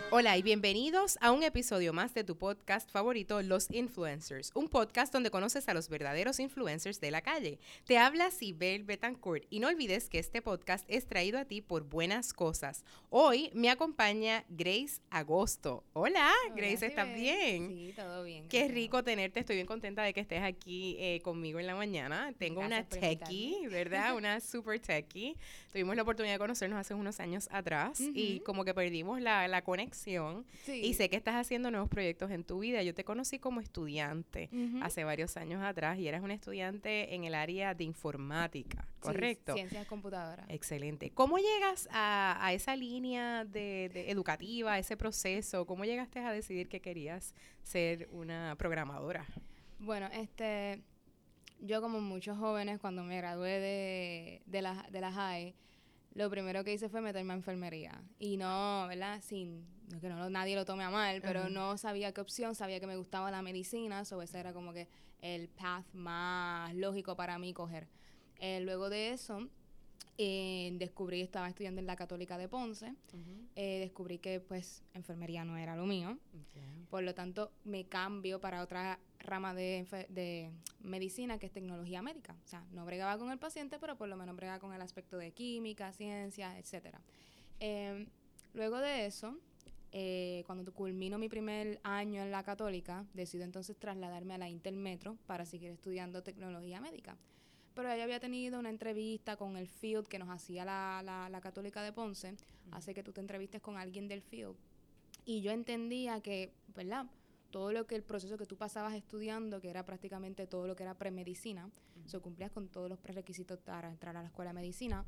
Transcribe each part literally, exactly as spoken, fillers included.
Hola y bienvenidos a un episodio más de tu podcast favorito, Los Influencers, un podcast donde conoces a los verdaderos influencers de la calle. Te habla Sibel Betancourt y no olvides que este podcast es traído a ti por Buenas Cosas. Hoy me acompaña Grace Agosto. Hola, Hola, Grace, ¿estás Sibel. bien? Sí, todo bien. Qué gracias. rico tenerte, estoy bien contenta de que estés aquí eh, conmigo en la mañana. Tengo Gracias una por techie, invitarme. ¿verdad? Una super techie. Tuvimos la oportunidad de conocernos hace unos años atrás Ujú. y como que perdimos la, la conexión. Sí. Y sé que estás haciendo nuevos proyectos en tu vida. Yo te conocí como estudiante Ujú. hace varios años atrás y eras una estudiante en el área de informática, ¿correcto? Sí, ciencias computadoras. Excelente. ¿Cómo llegas a, a esa línea de, de educativa, a ese proceso? ¿Cómo llegaste a decidir que querías ser una programadora? Bueno, este, yo como muchos jóvenes, cuando me gradué de, de, la, de la high, lo primero que hice fue meterme a enfermería. Y no, ¿verdad? Sin, no que no, nadie lo tome a mal, pero Ajá. no sabía qué opción, sabía que me gustaba la medicina, so ese era como que el path más lógico para mí coger. Eh, luego de eso, eh, descubrí, estaba estudiando en la Católica de Ponce, Uh-huh. eh, descubrí que pues enfermería no era lo mío. Okay. Por lo tanto, me cambio para otra rama de, de medicina, que es tecnología médica. O sea, no bregaba con el paciente, pero por lo menos bregaba con el aspecto de química, ciencias, etcétera. Eh, luego de eso, eh, cuando culmino mi primer año en la Católica, decido entonces trasladarme a la Intermetro para seguir estudiando tecnología médica. Pero ella había tenido una entrevista con el field que nos hacía la, la, la Católica de Ponce, uh-huh. Hace que tú te entrevistes con alguien del field. Y yo entendía que, ¿verdad? Todo lo que el proceso que tú pasabas estudiando, que era prácticamente todo lo que era premedicina, uh-huh. O sea, cumplías con todos los prerequisitos para entrar a la escuela de medicina.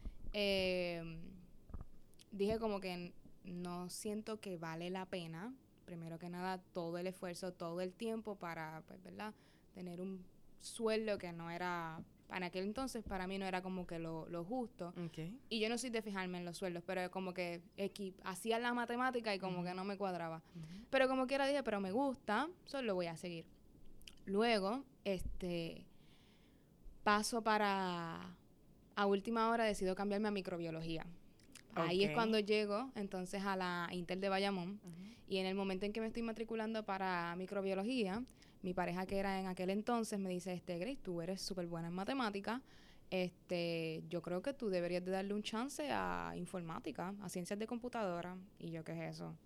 Eh, dije como que no siento que vale la pena, primero que nada, todo el esfuerzo, todo el tiempo para, pues, ¿verdad? Tener un sueldo que no era... En aquel entonces para mí no era como que lo, lo justo. Okay. Y yo no soy de fijarme en los sueldos, pero como que equi- hacía la matemática y como uh-huh. que no me cuadraba. Uh-huh. Pero como quiera dije, pero me gusta, solo lo voy a seguir. Luego, este, paso para... A última hora decido cambiarme a microbiología. Okay. Ahí es cuando llego entonces a la Inter de Bayamón. Uh-huh. Y en el momento en que me estoy matriculando para microbiología, mi pareja, que era en aquel entonces, me dice, este, Grace, tú eres súper buena en matemáticas, este, yo creo que tú deberías de darle un chance a informática, a ciencias de computadora. Y yo, ¿qué es eso?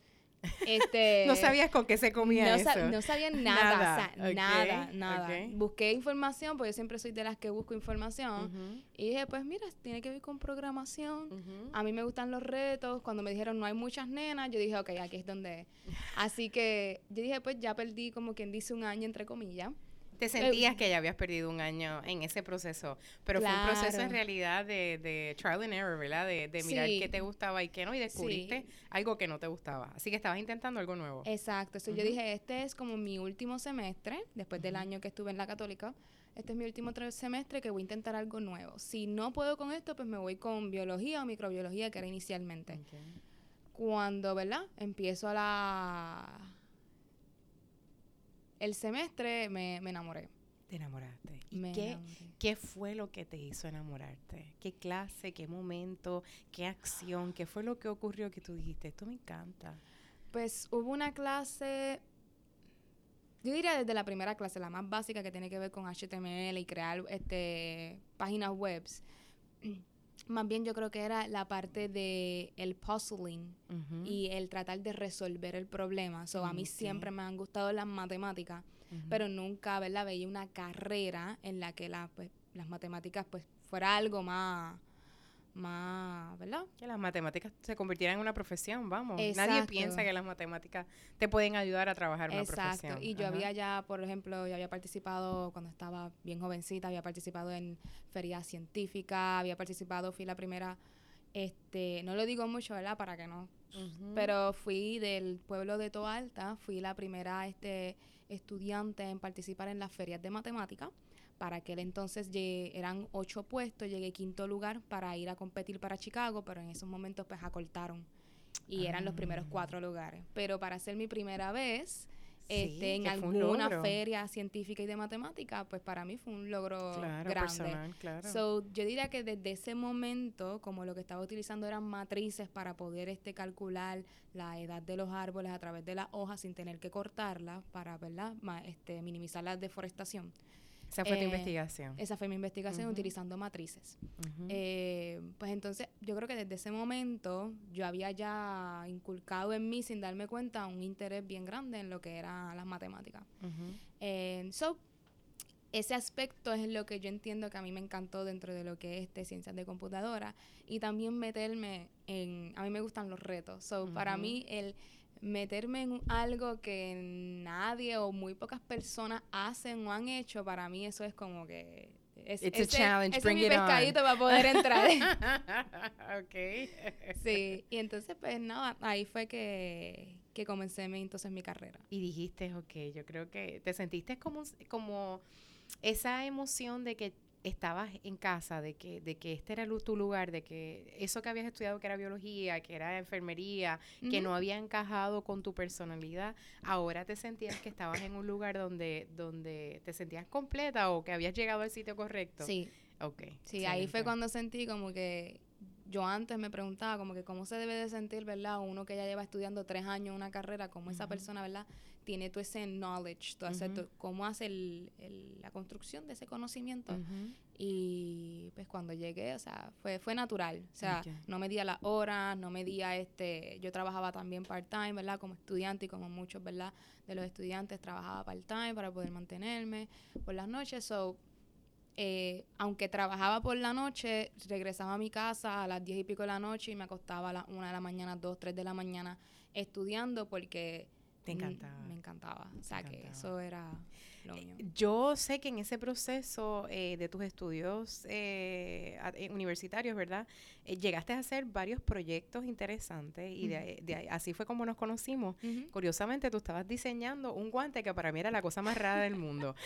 Este, no sabías con qué se comía no eso. Sa- no sabía nada, nada. O sea, okay. nada, nada. Okay. Busqué información, porque yo siempre soy de las que busco información. Uh-huh. Y dije, pues mira, tiene que ver con programación. Uh-huh. A mí me gustan los retos. Cuando me dijeron no hay muchas nenas, yo dije, ok, aquí es donde es. Así que yo dije, pues ya perdí, como quien dice, un año, entre comillas. Te sentías eh, que ya habías perdido un año en ese proceso, pero claro. Fue un proceso en realidad de, de trial and error, ¿verdad? De, de mirar sí. qué te gustaba y qué no, y descubriste sí. algo que no te gustaba. Así que estabas intentando algo nuevo. Exacto. So uh-huh. Yo dije, este es como mi último semestre, después uh-huh. del año que estuve en la Católica. Este es mi último semestre que voy a intentar algo nuevo. Si no puedo con esto, pues me voy con biología o microbiología, que era inicialmente. Okay. Cuando, ¿verdad? Empiezo a la... El semestre me, me enamoré. Te enamoraste. ¿Y me qué, enamoré. qué fue lo que te hizo enamorarte? ¿Qué clase, qué momento, qué acción, qué fue lo que ocurrió que tú dijiste, esto me encanta? Pues hubo una clase, yo diría desde la primera clase, la más básica, que tiene que ver con H T M L y crear este, páginas webs. Más bien yo creo que era la parte de el puzzling uh-huh. y el tratar de resolver el problema. So, uh-huh. A mí siempre me han gustado las matemáticas, uh-huh. pero nunca, ¿verdad? Veía una carrera en la que la, pues, las matemáticas pues fuera algo más, más, ¿verdad? Que las matemáticas se convirtieran en una profesión, vamos. Exacto. Nadie piensa que las matemáticas te pueden ayudar a trabajar en una Exacto. profesión. Y yo Ajá. había ya, por ejemplo, yo había participado cuando estaba bien jovencita, había participado en ferias científicas, había participado, fui la primera, este, no lo digo mucho, ¿verdad? Para que no, uh-huh. pero fui del pueblo de Toalta, fui la primera este, estudiante en participar en las ferias de matemáticas. Para aquel entonces llegué, eran ocho puestos, llegué quinto lugar para ir a competir para Chicago, pero en esos momentos pues acortaron y ah. eran los primeros cuatro lugares. Pero para ser mi primera vez, este, sí, en alguna feria científica y de matemática, pues para mí fue un logro claro, grande. Personal, claro. So, yo diría que desde ese momento, como lo que estaba utilizando eran matrices para poder este calcular la edad de los árboles a través de las hojas sin tener que cortarlas para, ¿verdad?, Ma, este, minimizar la deforestación. Esa fue eh, tu investigación. Esa fue mi investigación, uh-huh. utilizando matrices. Uh-huh. Eh, pues entonces, yo creo que desde ese momento yo había ya inculcado en mí, sin darme cuenta, un interés bien grande en lo que eran las matemáticas. Uh-huh. Eh, so, ese aspecto es lo que yo entiendo que a mí me encantó dentro de lo que es este, ciencias de computadora. Y también meterme en... A mí me gustan los retos. So, uh-huh. para mí, el... meterme en algo que nadie o muy pocas personas hacen o han hecho, para mí eso es como que es, It's ese, a challenge, ese bring es mi it pescadito on. para poder entrar. Okay. Sí, y entonces pues nada, ahí fue que, que comencé mi, entonces mi carrera. Y dijiste, ok, yo creo que te sentiste como, como esa emoción de que estabas en casa, de que de que este era tu lugar, de que eso que habías estudiado que era biología, que era enfermería, uh-huh. que no había encajado con tu personalidad, ahora te sentías que estabas en un lugar donde donde te sentías completa o que habías llegado al sitio correcto. Sí. Okay. Sí, excelente. Ahí fue cuando sentí como que yo antes me preguntaba como que cómo se debe de sentir, ¿verdad? Uno que ya lleva estudiando tres años una carrera, como uh-huh. esa persona, ¿verdad? Tiene todo ese knowledge, todo uh-huh. ese, todo, cómo hace el, el, la construcción de ese conocimiento. Uh-huh. Y pues cuando llegué, o sea, fue fue natural. O sea, okay. no medía las horas, no medía este... Yo trabajaba también part-time, ¿verdad? Como estudiante y como muchos, ¿verdad? De los estudiantes trabajaba part-time para poder mantenerme por las noches. So, Eh, aunque trabajaba por la noche, regresaba a mi casa a las diez y pico de la noche y me acostaba a las una de la mañana, dos, tres de la mañana estudiando porque te encantaba. M- me encantaba. O sea, que eso era lo mío. Yo sé que en ese proceso eh, de tus estudios eh, a, universitarios, ¿verdad? Eh, llegaste a hacer varios proyectos interesantes y uh-huh. de, de, así fue como nos conocimos. Uh-huh. Curiosamente, tú estabas diseñando un guante que para mí era la cosa más rara del mundo.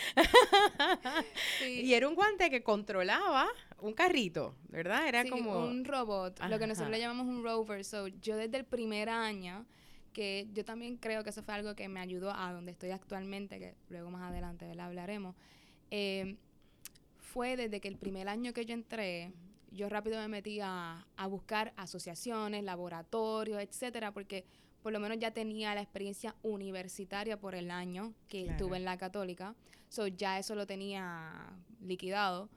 Sí. Y era un guante que controlaba un carrito, ¿verdad? Era sí, como... un robot, Ajá. lo que nosotros le llamamos un rover. So, yo desde el primer año... que yo también creo que eso fue algo que me ayudó a donde estoy actualmente, que luego más adelante, ¿verdad?, hablaremos, eh, fue desde que el primer año que yo entré, yo rápido me metí a, a buscar asociaciones, laboratorios, etcétera, porque por lo menos ya tenía la experiencia universitaria por el año que claro. estuve en la Católica, so ya eso lo tenía liquidado.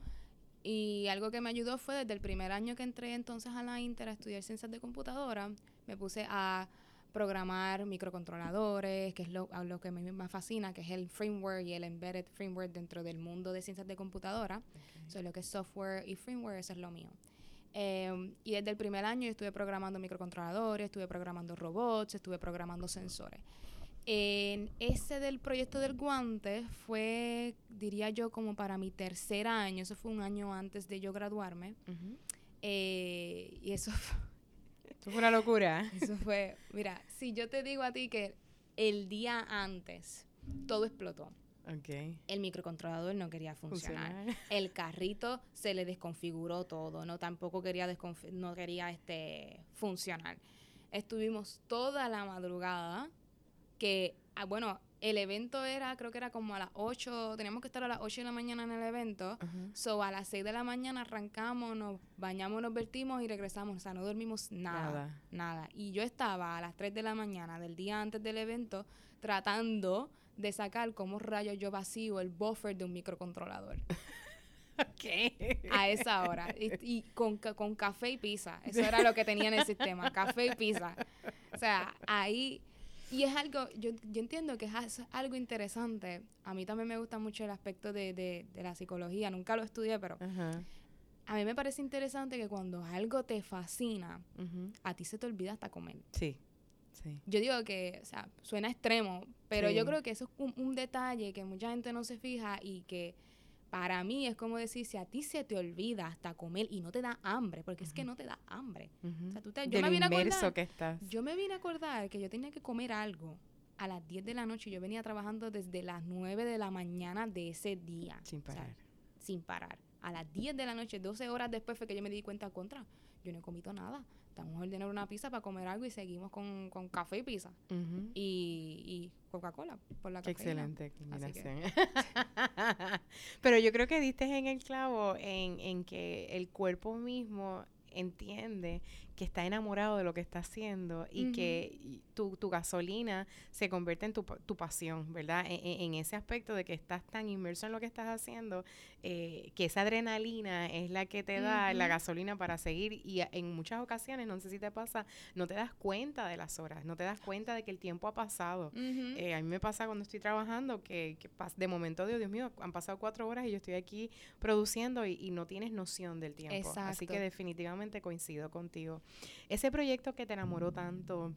Y algo que me ayudó fue desde el primer año que entré entonces a la Inter a estudiar ciencias de computadora, me puse a programar microcontroladores, que es lo, lo que a mí me fascina, que es el framework y el embedded framework dentro del mundo de ciencias de computadora. Okay. So, lo que es software y framework, eso es lo mío. Eh, y desde el primer año yo estuve programando microcontroladores, estuve programando robots, estuve programando sensores. En ese del proyecto del guante fue, diría yo, como para mi tercer año. Eso fue un año antes de yo graduarme. Uh-huh. Eh, y eso fue... Eso fue una locura. Eso fue, mira, si yo te digo a ti que el día antes todo explotó. Okay. El microcontrolador no quería funcionar. funcionar. El carrito se le desconfiguró todo, no tampoco quería desconf- no quería este funcionar. Estuvimos toda la madrugada que ah, bueno, el evento era, creo que era como a las ocho, teníamos que estar a las ocho de la mañana en el evento, uh-huh. so a las seis de la mañana arrancamos, nos bañamos, nos vertimos y regresamos, o sea, no dormimos nada, nada, nada. Y yo estaba a las tres de la mañana del día antes del evento tratando de sacar cómo rayos yo vacío el buffer de un microcontrolador. Okay. A esa hora. Y, y con, con café y pizza. Eso era lo que tenía en el sistema, café y pizza. O sea, ahí... Y es algo, yo, yo entiendo que es algo interesante. A mí también me gusta mucho el aspecto de, de, de la psicología. Nunca lo estudié, pero uh-huh. a mí me parece interesante que cuando algo te fascina, uh-huh. a ti se te olvida hasta comer. Sí, sí. Yo digo que, o sea, suena extremo, pero sí. yo creo que eso es un, un detalle que mucha gente no se fija y que para mí es como decir, si a ti se te olvida hasta comer y no te da hambre, porque uh-huh. es que no te da hambre. Uh-huh. O sea, tú te, yo de me lo vine a inmerso acordar, que estás. Yo me vine a acordar que yo tenía que comer algo a las diez de la noche. Yo venía trabajando desde las nueve de la mañana de ese día. Sin parar. O sea, sin parar. A las diez de la noche, doce horas después fue que yo me di cuenta, contra, yo no he comido nada. Estamos ordenando una pizza para comer algo y seguimos con, con café y pizza. Uh-huh. Y, y Coca-Cola por la Qué cafeína. excelente combinación. Que... Pero yo creo que diste en el clavo en, en que el cuerpo mismo entiende que está enamorado de lo que está haciendo y uh-huh. que tu, tu gasolina se convierte en tu, tu pasión, ¿verdad? En, en, en ese aspecto de que estás tan inmerso en lo que estás haciendo, eh, que esa adrenalina es la que te da uh-huh. la gasolina para seguir, y a, en muchas ocasiones, no sé si te pasa, no te das cuenta de las horas, no te das cuenta de que el tiempo ha pasado. Uh-huh. Eh, a mí me pasa cuando estoy trabajando que, que pas- de momento digo, Dios mío, han pasado cuatro horas y yo estoy aquí produciendo y, y no tienes noción del tiempo. Exacto. Así que definitivamente coincido contigo. Ese proyecto que te enamoró tanto,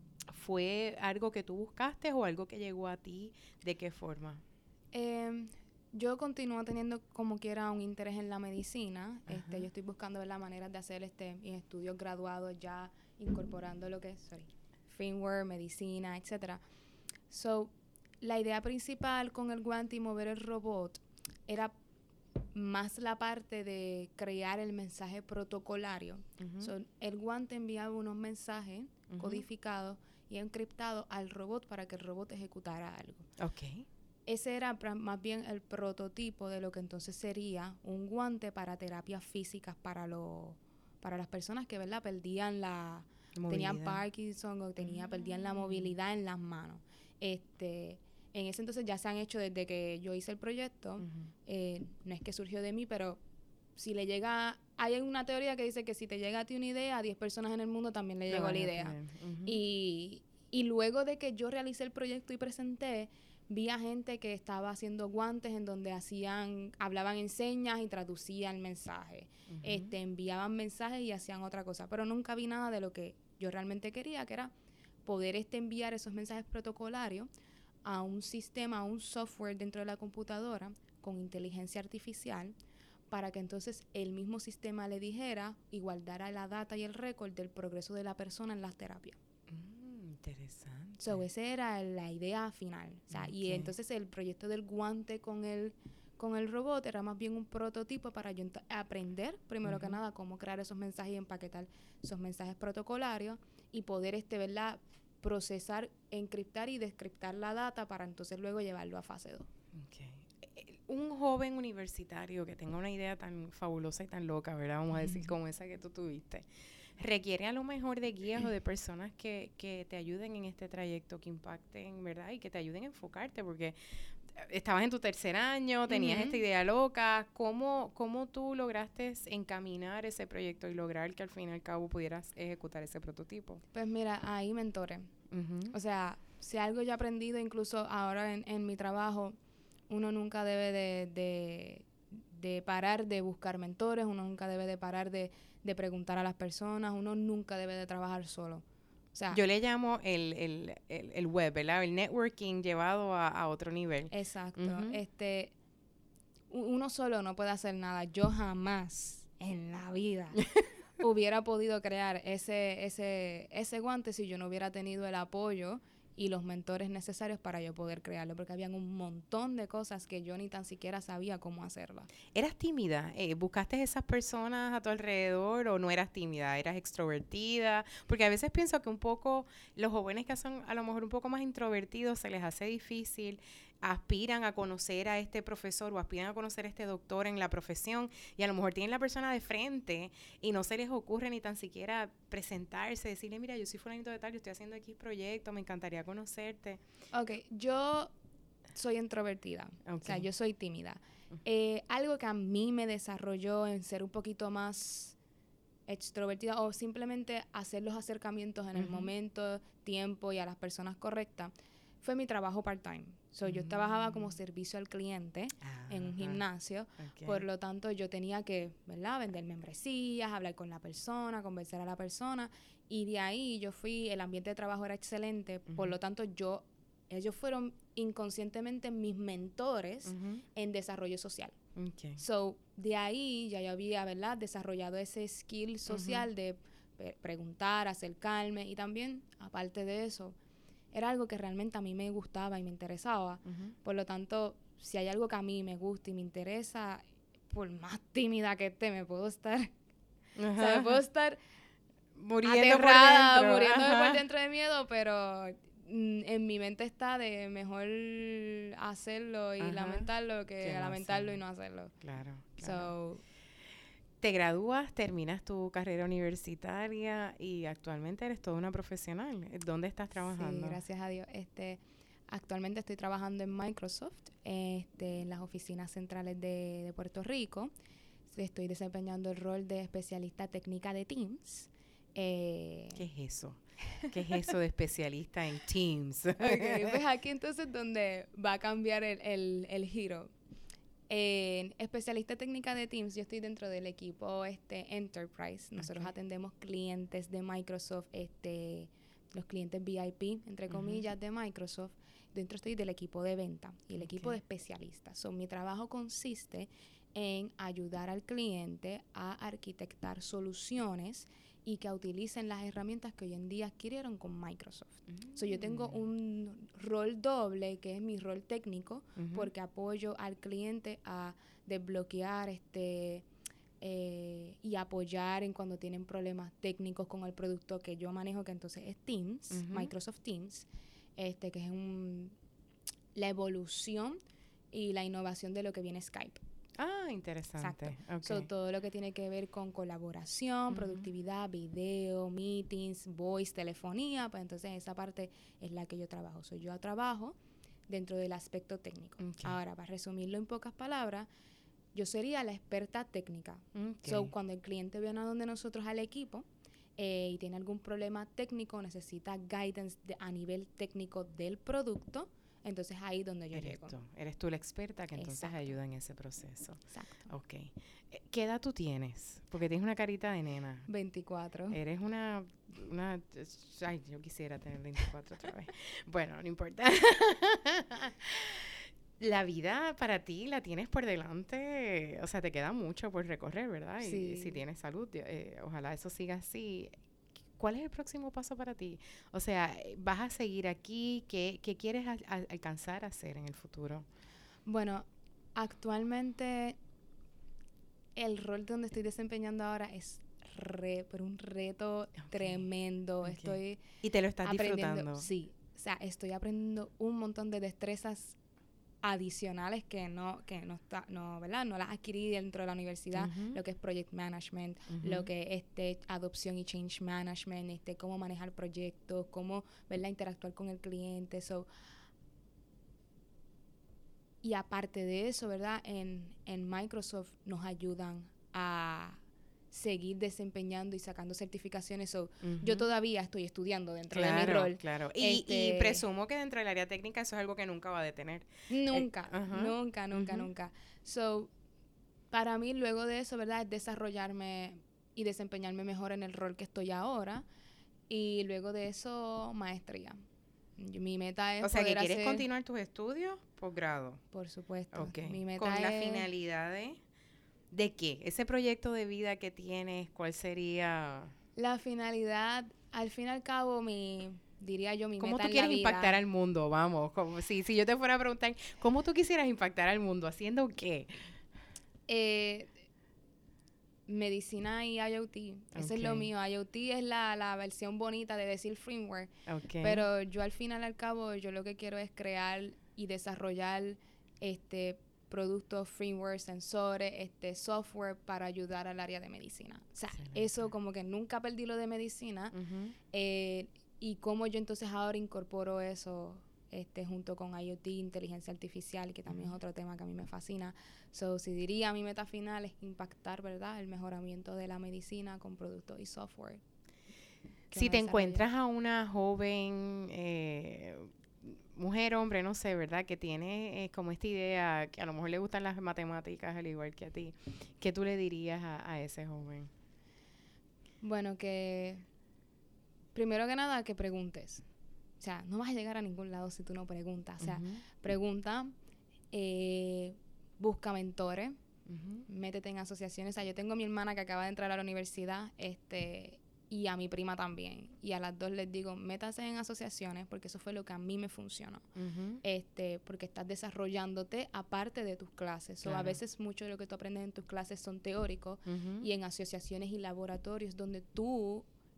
¿fue algo que tú buscaste o algo que llegó a ti? ¿De qué forma? Eh, yo continúo teniendo como quiera un interés en la medicina. Este, yo estoy buscando ver la manera de hacer este mis estudios graduados ya incorporando lo que es, sorry, firmware, medicina, etcétera. So, la idea principal con el guante y mover el robot era más la parte de crear el mensaje protocolario. Uh-huh. So, el guante enviaba unos mensajes uh-huh. codificados y encriptados al robot para que el robot ejecutara algo. Okay. Ese era pra- más bien el prototipo de lo que entonces sería un guante para terapias físicas para, lo, para las personas que, ¿verdad?, perdían la... Movilidad. Tenían Parkinson o tenía, uh-huh. perdían la movilidad en las manos. Este... En ese entonces ya se han hecho desde que yo hice el proyecto. Uh-huh. Eh, no es que surgió de mí, pero si le llega... Hay una teoría que dice que si te llega a ti una idea, a diez personas en el mundo también le llegó la idea. Uh-huh. Y, y luego de que yo realicé el proyecto y presenté, vi a gente que estaba haciendo guantes en donde hacían... Hablaban en señas y traducían el mensaje. Uh-huh. Este, enviaban mensajes y hacían otra cosa. Pero nunca vi nada de lo que yo realmente quería, que era poder este, enviar esos mensajes protocolarios a un sistema, a un software dentro de la computadora con inteligencia artificial para que entonces el mismo sistema le dijera y guardara la data y el récord del progreso de la persona en las terapias. Mm, interesante. So, esa era la idea final. O sea, okay. Y entonces el proyecto del guante con el, con el robot era más bien un prototipo para yo ent- aprender, primero uh-huh. que nada, cómo crear esos mensajes y empaquetar esos mensajes protocolarios y poder, este, ¿verdad?, procesar, encriptar y descriptar la data para entonces luego llevarlo a fase dos. Okay. Eh, un joven universitario que tenga una idea tan fabulosa y tan loca, ¿verdad? Vamos a decir, como esa que tú tuviste, requiere a lo mejor de guías o de personas que, que te ayuden en este trayecto, que impacten, ¿verdad? Y que te ayuden a enfocarte, porque estabas en tu tercer año, tenías uh-huh. esta idea loca. ¿Cómo, ¿Cómo tú lograste encaminar ese proyecto y lograr que al fin y al cabo pudieras ejecutar ese prototipo? Pues mira, ahí mentores. Uh-huh. O sea, si algo yo he aprendido, incluso ahora en, en mi trabajo, uno nunca debe de, de, de parar de buscar mentores, uno nunca debe de parar de, de preguntar a las personas, uno nunca debe de trabajar solo. O sea, yo le llamo el, el, el, el web, ¿verdad? El networking llevado a, a otro nivel. Exacto. Uh-huh. Este, uno solo no puede hacer nada. Yo jamás en la vida hubiera podido crear ese, ese, ese guante si yo no hubiera tenido el apoyo y los mentores necesarios para yo poder crearlo, porque habían un montón de cosas que yo ni tan siquiera sabía cómo hacerlas. ¿Eras tímida? Eh, ¿Buscaste esas personas a tu alrededor o no eras tímida? ¿Eras extrovertida? Porque a veces pienso que un poco los jóvenes que son a lo mejor un poco más introvertidos se les hace difícil, aspiran a conocer a este profesor o aspiran a conocer a este doctor en la profesión y a lo mejor tienen la persona de frente y no se les ocurre ni tan siquiera presentarse, decirle, mira, yo soy fulanito de tal, yo estoy haciendo X proyecto, me encantaría conocerte. Ok, yo soy introvertida, okay. O sea, yo soy tímida. Uh-huh. Eh, algo que a mí me desarrolló en ser un poquito más extrovertida o simplemente hacer los acercamientos en uh-huh. el momento, tiempo y a las personas correctas fue mi trabajo part-time. So, mm. yo trabajaba como servicio al cliente ah, en un gimnasio. Okay. Por lo tanto, yo tenía que, ¿verdad?, vender membresías, hablar con la persona, convencer a la persona. Y de ahí yo fui, el ambiente de trabajo era excelente. Uh-huh. Por lo tanto, yo, ellos fueron inconscientemente mis mentores uh-huh. en desarrollo social. Okay. So, de ahí ya yo había, ¿verdad?, desarrollado ese skill social uh-huh. de pe- preguntar, acercarme. Y también, aparte de eso, era algo que realmente a mí me gustaba y me interesaba. Uh-huh. Por lo tanto, si hay algo que a mí me gusta y me interesa, por más tímida que esté, me puedo estar... Uh-huh. O sea, me puedo estar muriendo aterrada, por dentro. muriéndome Ajá. por dentro de miedo, pero mm, en mi mente está de mejor hacerlo y Ajá. lamentarlo que Que no lamentarlo hacerlo. y no hacerlo. Claro, claro. So, Te gradúas, terminas tu carrera universitaria y actualmente eres toda una profesional. ¿Dónde estás trabajando? sí, gracias a Dios. Este, actualmente estoy trabajando en Microsoft, este, en las oficinas centrales de, de Puerto Rico. Estoy desempeñando el rol de especialista técnica de Teams. Eh, ¿Qué es eso? ¿Qué es eso de especialista en Teams? ok, pues aquí entonces donde va a cambiar el, el, el giro. En especialista técnica de Teams, yo estoy dentro del equipo este Enterprise. Nosotros Okay. atendemos clientes de Microsoft, este, los clientes V I P, entre comillas, uh-huh. de Microsoft. Dentro estoy del equipo de venta y el okay. equipo de especialistas. So, mi trabajo consiste en ayudar al cliente a arquitectar soluciones y que utilicen las herramientas que hoy en día adquirieron con Microsoft. Mm. So, yo tengo un rol doble, que es mi rol técnico, uh-huh. porque apoyo al cliente a desbloquear este eh, y apoyar en cuando tienen problemas técnicos con el producto que yo manejo, que entonces es Teams, uh-huh. Microsoft Teams, este que es un, la evolución y la innovación de lo que viene Skype. Ah, interesante. Exacto. Okay. So, todo lo que tiene que ver con colaboración, uh-huh. productividad, video, meetings, voice, telefonía, pues entonces esa parte es la que yo trabajo. So, yo trabajo dentro del aspecto técnico. Okay. Ahora, para resumirlo en pocas palabras, yo sería la experta técnica. Okay. So, cuando el cliente viene a donde nosotros al equipo eh, y tiene algún problema técnico, necesita guidance de, a nivel técnico del producto, entonces ahí donde yo eres llego. Tú. Eres tú la experta que entonces Exacto. ayuda en ese proceso. Exacto. Ok. ¿Qué edad tú tienes? Porque tienes una carita de nena. veinticuatro. Eres una... una ay, yo quisiera tener veinticuatro otra vez. Bueno, no importa. La vida para ti la tienes por delante, o sea, te queda mucho por recorrer, ¿verdad? Sí. Y si tienes salud, eh, ojalá eso siga así. ¿Cuál es el próximo paso para ti? O sea, ¿vas a seguir aquí? ¿Qué, qué quieres al, al, alcanzar a hacer en el futuro? Bueno, actualmente el rol donde estoy desempeñando ahora es re, pero un reto okay. tremendo. Okay. Estoy ¿Y te lo estás disfrutando? Sí, o sea, estoy aprendiendo un montón de destrezas adicionales que no que no está no verdad no las adquirí dentro de la universidad, uh-huh. lo que es project management, uh-huh. lo que es este adopción y change management, este cómo manejar proyectos, cómo verdad interactuar con el cliente. So, y aparte de eso, verdad, en en Microsoft nos ayudan a seguir desempeñando y sacando certificaciones. So, uh-huh. yo todavía estoy estudiando dentro claro, de mi rol. Claro, y, este, y presumo que dentro del área técnica eso es algo que nunca va a detener. Nunca, eh, uh-huh. nunca, nunca, uh-huh. nunca. So, para mí, luego de eso, ¿verdad? Es desarrollarme y desempeñarme mejor en el rol que estoy ahora. Y luego de eso, maestría. Mi meta es O sea, poder que quieres hacer, continuar tus estudios, posgrado. Por supuesto. Okay. Mi meta Con es, la finalidad de... ¿De qué? Ese proyecto de vida que tienes, ¿cuál sería? La finalidad, al fin y al cabo, mi, diría yo, mi meta en la vida. ¿Cómo tú quieres impactar al mundo? Vamos, como si, si yo te fuera a preguntar, ¿cómo tú quisieras impactar al mundo? ¿Haciendo qué? Eh, medicina y I O T. Eso okay. es lo mío. I O T es la, la versión bonita de decir firmware. Okay. Pero yo al final al cabo, yo lo que quiero es crear y desarrollar este productos, firmware, sensores, este software para ayudar al área de medicina. O sea, Excelente. Eso como que nunca perdí lo de medicina. Uh-huh. eh, y cómo yo entonces ahora incorporo eso este junto con I O T, inteligencia artificial, que también uh-huh. es otro tema que a mí me fascina. So, si diría, mi meta final es impactar, ¿verdad?, el mejoramiento de la medicina con productos y software. Si te encuentras a una joven... Eh, mujer, hombre, no sé, ¿verdad? Que tiene eh, como esta idea, que a lo mejor le gustan las matemáticas al igual que a ti. ¿Qué tú le dirías a, a ese joven? Bueno, que primero que nada, que preguntes. O sea, no vas a llegar a ningún lado si tú no preguntas. O sea, uh-huh. pregunta, eh, busca mentores, uh-huh. métete en asociaciones. O sea, yo tengo a mi hermana que acaba de entrar a la universidad, este... y a mi prima también. Y a las dos les digo, métase en asociaciones porque eso fue lo que a mí me funcionó. Uh-huh. Este, porque estás desarrollándote aparte de tus clases. Claro. So, a veces mucho de lo que tú aprendes en tus clases son teóricos uh-huh. y en asociaciones y laboratorios donde tú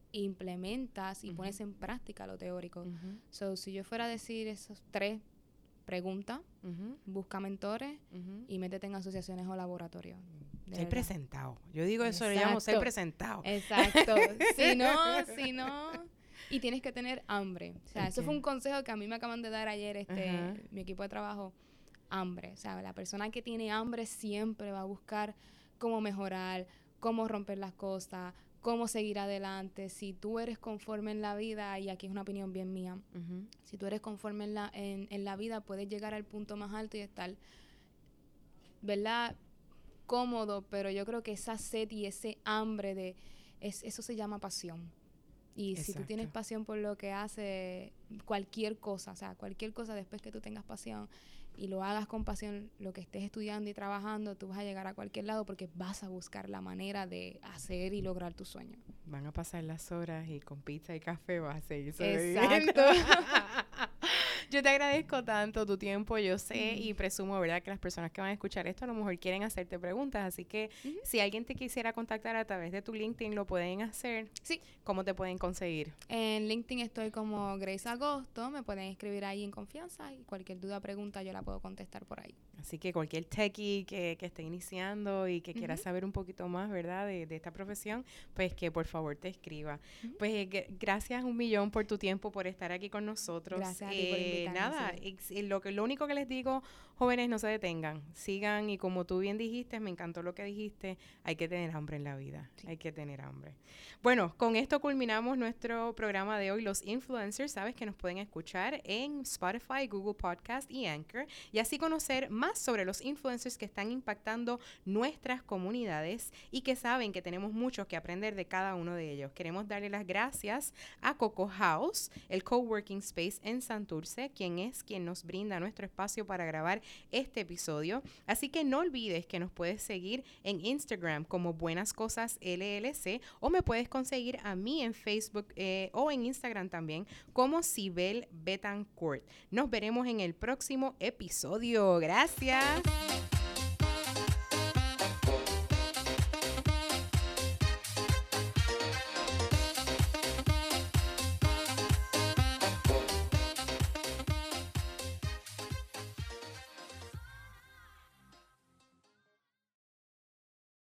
implementas y uh-huh. pones en práctica lo teórico. Uh-huh. So, si yo fuera a decir esos tres, pregunta, uh-huh. busca mentores uh-huh. y métete en asociaciones o laboratorios. Ser presentado. Yo digo eso, Exacto. lo llamo ser presentado. Exacto. Si no, si no... Y tienes que tener hambre. O sea, okay. eso fue un consejo que a mí me acaban de dar ayer este uh-huh. mi equipo de trabajo. Hambre. O sea, la persona que tiene hambre siempre va a buscar cómo mejorar, cómo romper las cosas, cómo seguir adelante. Si tú eres conforme en la vida, y aquí es una opinión bien mía, uh-huh. si tú eres conforme en la, en, en la vida, puedes llegar al punto más alto y estar, ¿verdad?, cómodo, pero yo creo que esa sed y ese hambre, de es, eso se llama pasión. Y Exacto. si tú tienes pasión por lo que haces, cualquier cosa, o sea, cualquier cosa después que tú tengas pasión y lo hagas con pasión, lo que estés estudiando y trabajando, tú vas a llegar a cualquier lado porque vas a buscar la manera de hacer y lograr tu sueño. Van a pasar las horas y con pizza y café vas a seguir sobreviviendo. Exacto. Yo te agradezco tanto tu tiempo, yo sé mm. y presumo, ¿verdad?, que las personas que van a escuchar esto a lo mejor quieren hacerte preguntas, así que mm-hmm. si alguien te quisiera contactar a través de tu LinkedIn, ¿lo pueden hacer? Sí. ¿Cómo te pueden conseguir? En LinkedIn estoy como Grace Agosto, me pueden escribir ahí en confianza y cualquier duda, pregunta yo la puedo contestar por ahí. Así que cualquier techie que, que esté iniciando y que mm-hmm. quiera saber un poquito más, ¿verdad?, de, de esta profesión, pues que por favor te escriba. Mm-hmm. Pues eh, g- gracias un millón por tu tiempo, por estar aquí con nosotros. Gracias a eh, ti por invitarme. Nada, Sí. Lo, que, lo único que les digo, jóvenes, no se detengan, sigan, y como tú bien dijiste, me encantó lo que dijiste, hay que tener hambre en la vida, sí. hay que tener hambre. Bueno, con esto culminamos nuestro programa de hoy, Los Influencers. Sabes que nos pueden escuchar en Spotify, Google Podcast y Anchor, y así conocer más sobre los influencers que están impactando nuestras comunidades y que saben que tenemos mucho que aprender de cada uno de ellos. Queremos darle las gracias a Coco House, el coworking space en Santurce, quien es quien nos brinda nuestro espacio para grabar este episodio. Así que no olvides que nos puedes seguir en Instagram como Buenas Cosas L L C, o me puedes conseguir a mí en Facebook eh, o en Instagram también como Sibel Betancourt. Nos veremos en el próximo episodio. Gracias.